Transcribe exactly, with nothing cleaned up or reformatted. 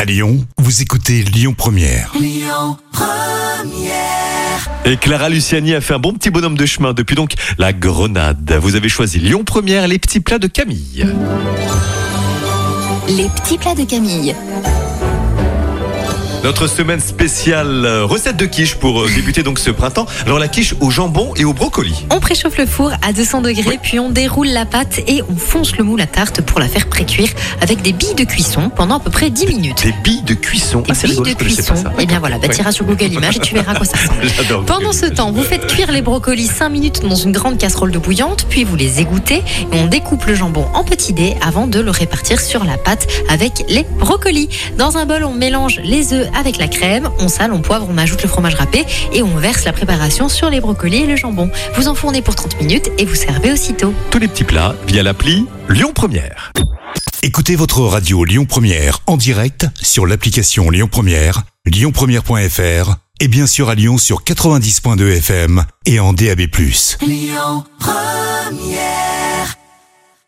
À Lyon, vous écoutez Lyon Première. Lyon Première. Et Clara Luciani a fait un bon petit bonhomme de chemin depuis donc la Grenade. Vous avez choisi Lyon Première, les petits plats de Camille. Les petits plats de Camille. Notre semaine spéciale euh, recette de quiche pour euh, débuter donc ce printemps. Alors la quiche au jambon et au brocoli. On préchauffe le four à deux cents degrés, puis on déroule la pâte et on fonce le moule à tarte pour la faire précuire avec des billes de cuisson pendant à peu près dix minutes. Des billes de cuisson. Des Ah, c'est billes rigolo, de je connaissais cuisson. pas ça. Et bien voilà, bah, Ouais. t'iras sur Google Images et tu verras à quoi ça ressemble. J'adore Pendant Google ce Images. temps, vous faites cuire les brocolis cinq minutes dans une grande casserole d'eau bouillante, puis vous les égouttez et on découpe le jambon en petits dés avant de le répartir sur la pâte avec les brocolis. Dans un bol, on mélange les œufs avec la crème, on sale, on poivre, on ajoute le fromage râpé et on verse la préparation sur les brocolis et le jambon. Vous enfournez pour trente minutes et vous servez aussitôt. Tous les petits plats via l'appli Lyon Première. Écoutez votre radio Lyon Première en direct sur l'application Lyon Première, lyon première point f r et bien sûr à Lyon sur quatre-vingt-dix point deux F M et en D A B plus. Lyon Première.